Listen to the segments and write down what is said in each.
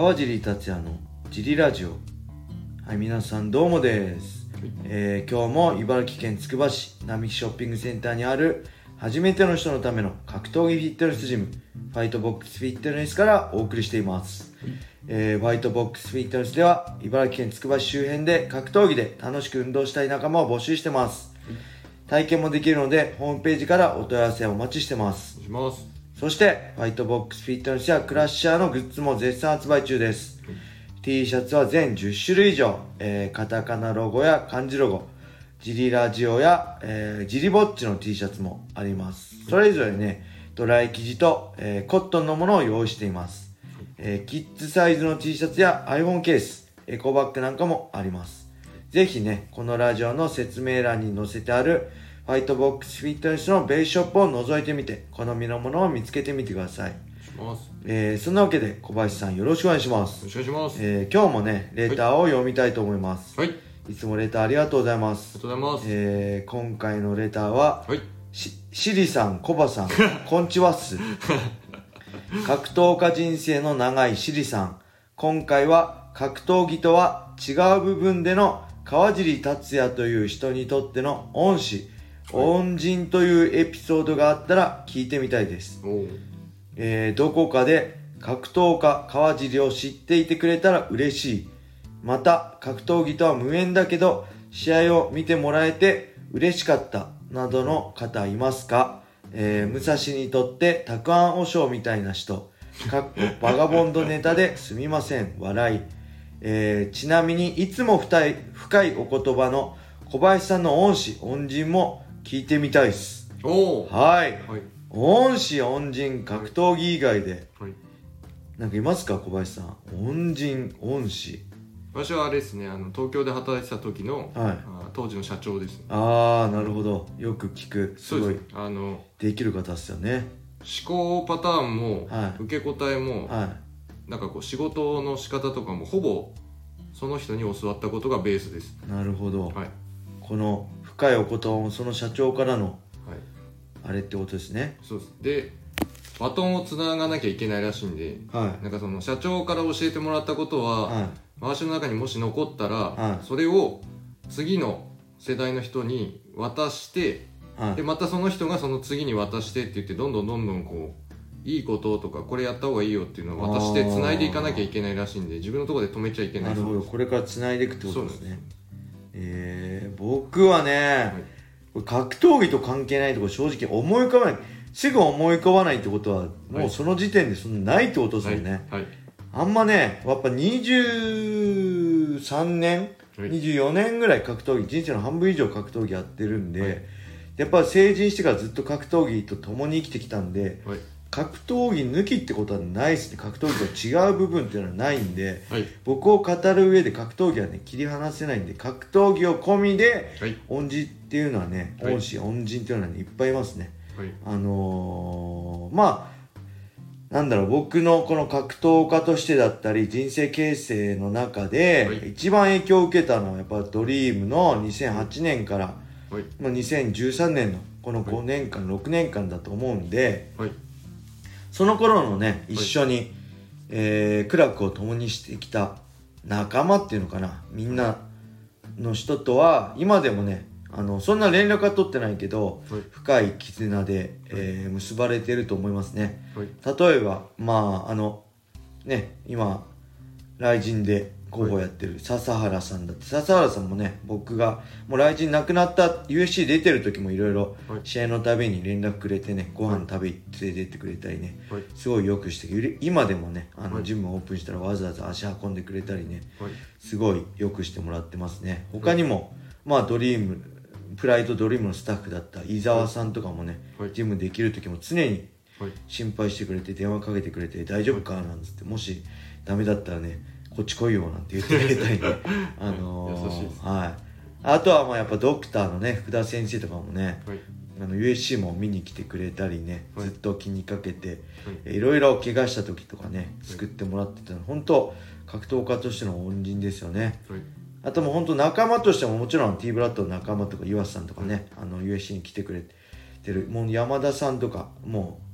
川尻達也のジリラジオ。はい、皆さんどうもです。今日も茨城県つくば市並木ショッピングセンターにある初めての人のための格闘技フィットネスジム、ファイトボックスフィットネスからお送りしています。ファイトボックスフィットネスでは茨城県つくば市周辺で格闘技で楽しく運動したい仲間を募集してます。体験もできるのでホームページからお問い合わせをお待ちしてます。そしてファイトボックスフィットネスやクラッシャーのグッズも絶賛発売中です。T シャツは全10種類以上、カタカナロゴや漢字ロゴ、ジリラジオや、ジリぼっちの T シャツもあります。それぞれね、ドライ生地と、コットンのものを用意しています。キッズサイズの T シャツや iPhone ケース、エコバッグなんかもあります。ぜひね、このラジオの説明欄に載せてあるファイトボックスフィットネスのベースショップを覗いてみて、好みのものを見つけてみてください。そんなわけで小林さんよろしくお願いします。 よろしくお願いします。 今日もねレターを読みたいと思います。 はい。 いつもレターありがとうございます。 ありがとうございます。 今回のレターは、 はい。 シリさん、コバさん、こんちはっす。格闘家人生の長いシリさん。今回は格闘技とは違う部分での川尻達也という人にとっての恩師、恩人というエピソードがあったら聞いてみたいです。どこかで格闘家川尻を知っていてくれたら嬉しい。また格闘技とは無縁だけど試合を見てもらえて嬉しかったなどの方いますか？武蔵にとってたくあん和尚みたいな人バガボンドネタですみません笑い。ちなみにいつも深いお言葉の小林さんの恩師恩人も聞いてみたいです。はい、恩師恩人格闘技以外で、なんかいますか小林さん？恩人恩師。 私はあれですね、東京で働いてた時の、当時の社長です。 ああ、なるほど。よく聞く。すごいできる方ですよね。 思考パターンも、受け答えも、なんかこう仕事の仕方とかもほぼその人に教わったことがベースです。 なるほど。この深いお言葉もその社長からのあれってことですね。 そうです。でバトンをつながなきゃいけないらしいんで、なんかその社長から教えてもらったことは、私の中にもし残ったら、それを次の世代の人に渡して、でまたその人がその次に渡してって言ってどんどんこういいこととかこれやった方がいいよっていうのを渡して繋いでいかなきゃいけないらしいんで、自分のところで止めちゃいけない。 なるほど。これから繋いでいくってことですね。僕はね、格闘技と関係ないところ正直思い浮かばない。すぐ思い浮かばないってことはもうその時点でそんなないってことですよね。あんまね、やっぱ23年、24年ぐらい格闘技、人生の半分以上格闘技やってるんで、やっぱ成人してからずっと格闘技と共に生きてきたんで、格闘技抜きってことはないですね。格闘技と違う部分っていうのはないんで、僕を語る上で格闘技はね切り離せないんで、格闘技を込みで、恩人っていうのはね、恩師恩人っていうのはねいっぱいいますね。まあなんだろう、僕のこの格闘家としてだったり人生形成の中で、一番影響を受けたのはやっぱドリームの2008年から、2013年のこの5年間、6年間だと思うんで、その頃のね一緒に、苦楽を共にしてきた仲間っていうのかな、みんなの人とは今でもねそんな連絡は取ってないけど、深い絆で、結ばれていると思いますね。例えばまあね、今ライジンで候補やってる笹原さんだって、笹原さんもね、僕がもうライジン亡くなった USC 出てる時もいろいろ試合のたびに連絡くれてね、ご飯食べ連れてってくれたりね、すごいよくして今でもねジムオープンしたらわざわざ足運んでくれたりね、すごいよくしてもらってますね。他にもまあドリームプライドドリームのスタッフだった伊沢さんとかもね、ジムできる時も常に心配してくれて、電話かけてくれて、大丈夫かなんつって、もしダメだったらねこっち来いよなんて言ってくれたりね優しいです。あとはまあやっぱドクターのね福田先生とかもね、USC も見に来てくれたりね、ずっと気にかけて、いろいろ怪我した時とかね救ってもらってたの、本当格闘家としての恩人ですよね。あともう本当仲間としてももちろん T ブラッドの仲間とか岩瀬さんとかね、USC に来てくれてるもう山田さんとかも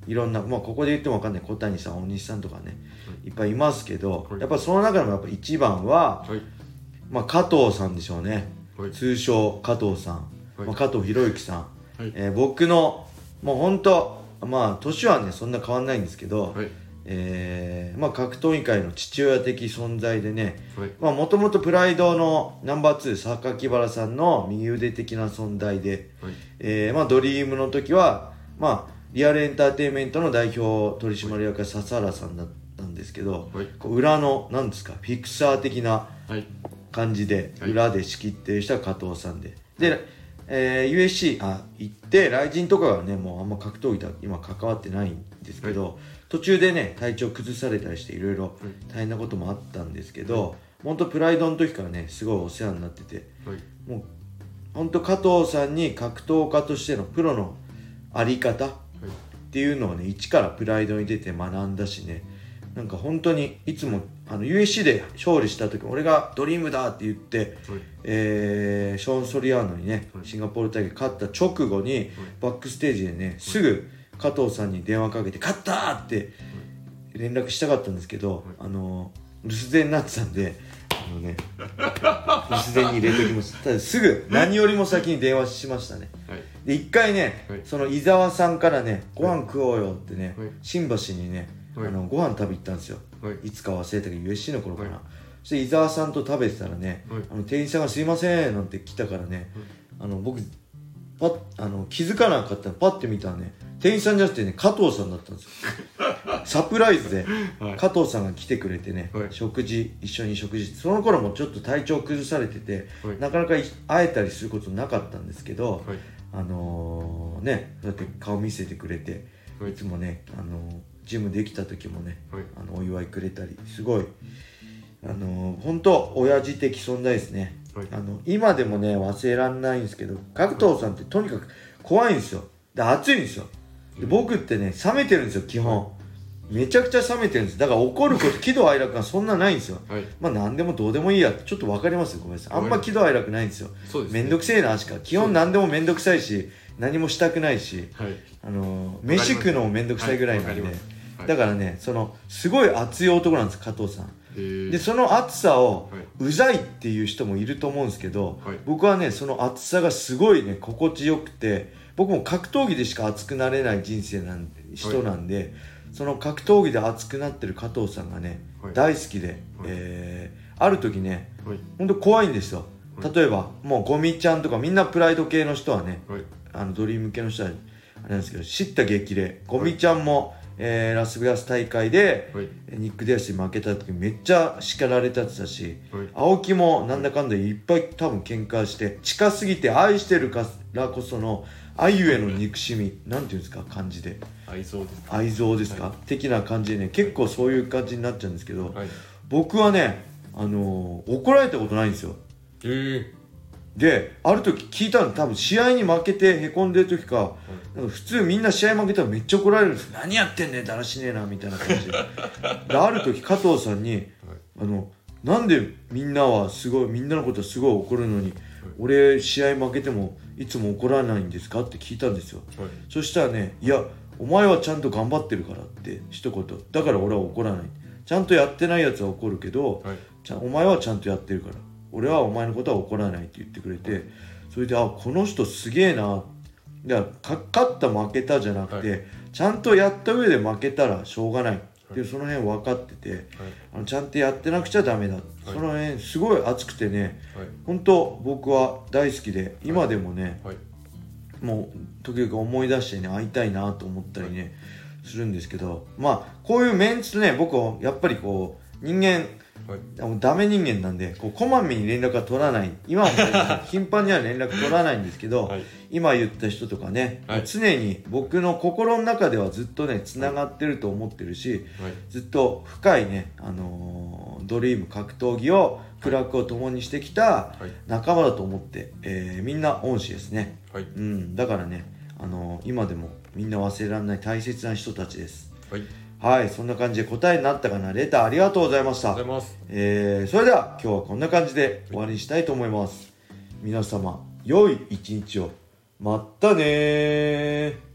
いろんな、ここで言っても分かんない小谷さん、大西さんとかね、いっぱいいますけど、やっぱその中でもやっぱ一番は、加藤さんでしょうね。通称加藤さん、加藤博之さん。僕の、もう本当、年はね、そんな変わんないんですけど、格闘技界の父親的存在でね、もともとプライドのナンバー2、榊原さんの右腕的な存在で、ドリームの時は、リアルエンターテインメントの代表取締役は笹原さんだったんですけど、裏の、なんですか、フィクサー的な感じで、裏で仕切ってる人は加藤さんで。USC 行ってライジンとかはねもうあんま格闘技とは今関わってないんですけど、途中でね体調崩されたりしていろいろ大変なこともあったんですけど、本当プライドの時からねすごいお世話になってて、もう本当加藤さんに格闘家としてのプロのあり方っていうのをね一からプライドに出て学んだしね、なんか本当にいつもUSC で勝利した時俺がドリームだって言って、ショーン・ソリアーノにねシンガポール大会勝った直後にバックステージでねすぐ加藤さんに電話かけて勝ったって連絡したかったんですけど、留守電になってたんで留守電に入れときます。ただすぐ何よりも先に電話しましたね。で一回ね、その伊沢さんからねご飯食おうよってね、新橋にねご飯食べ行ったんですよ。いつか忘れたけど USC の頃かな。そして伊沢さんと食べてたらね、店員さんがすいませんなんて来たからね、僕パッ気づかなかったのパッて見たらね店員さんじゃなくてね加藤さんだったんですよ。サプライズで加藤さんが来てくれてね、一緒に食事、その頃もちょっと体調崩されてて、なかなか会えたりすることなかったんですけど、そうやって顔見せてくれて、いつもねジムできた時もね、お祝いくれたり、すごい本当親父的存在ですね。今でもね忘れられないんですけど、加藤さんってとにかく怖いんですよ。で熱いんですよ。で僕ってね冷めてるんですよ基本。めちゃくちゃ冷めてるんです。だから怒ること喜怒哀楽がそんなないんですよ。何でもどうでもいいやってちょっと分かりますよ。ごめんなさい。あんま喜怒哀楽ないんですよ。めんどくせえなしか。基本何でもめんどくさいし何もしたくないし、飯食うのもめんどくさいぐらいなんで、だからねすごい熱い男なんです加藤さん。でその熱さをうざいっていう人もいると思うんですけど、僕はねその熱さがすごいね心地よくて、僕も格闘技でしか熱くなれない人なんで、その格闘技で熱くなってる加藤さんがね、大好きで、ある時ね、ほんと怖いんですよ。例えばもうゴミちゃんとかみんなプライド系の人はね、ドリーム系の人はあれなんですけど、知った激励ゴミちゃんも、ラスベガス大会で、ニック・ディアスに負けた時めっちゃ叱られたってたし、青木もなんだかんだいっぱい多分喧嘩して、近すぎて愛してるからこその愛ゆえの憎しみ、なんていうんですか漢字で愛憎ですか、的な感じでね、結構そういう感じになっちゃうんですけど、僕はね怒られたことないんですよ。である時聞いたの、多分試合に負けてへこんでる時か、なんか普通みんな試合負けたらめっちゃ怒られるんですよ。何やってんねんだらしねえなみたいな感じである時加藤さんに、なんでみんなのことすごい怒るのに、俺試合負けてもいつも怒らないんですかって聞いたんですよ。そしたらね、いやお前はちゃんと頑張ってるからって一言、だから俺は怒らない、ちゃんとやってないやつは怒るけど、お前はちゃんとやってるから俺はお前のことは怒らないって言ってくれて、それでこの人すげえな、いや勝った負けたじゃなくて、ちゃんとやった上で負けたらしょうがないっていう、その辺分かってて、ちゃんとやってなくちゃダメだ、その辺すごい熱くてね、本当僕は大好きで、今でもね、もう時々思い出してね会いたいなと思ったりね、するんですけど、こういうメンツね、僕はやっぱりこう人間ダメ人間なんで、こまめに連絡は取らない、今は頻繁には連絡取らないんですけど、今言った人とかね、常に僕の心の中ではずっとねつながってると思ってるし、ずっと深いね、ドリーム格闘技を苦楽を共にしてきた仲間だと思って、みんな恩師ですね。だからね、今でもみんな忘れられない大切な人たちです。はい、そんな感じで答えになったかな。レターありがとうございました。それでは今日はこんな感じで終わりにしたいと思います。皆様良い一日を。まったねー。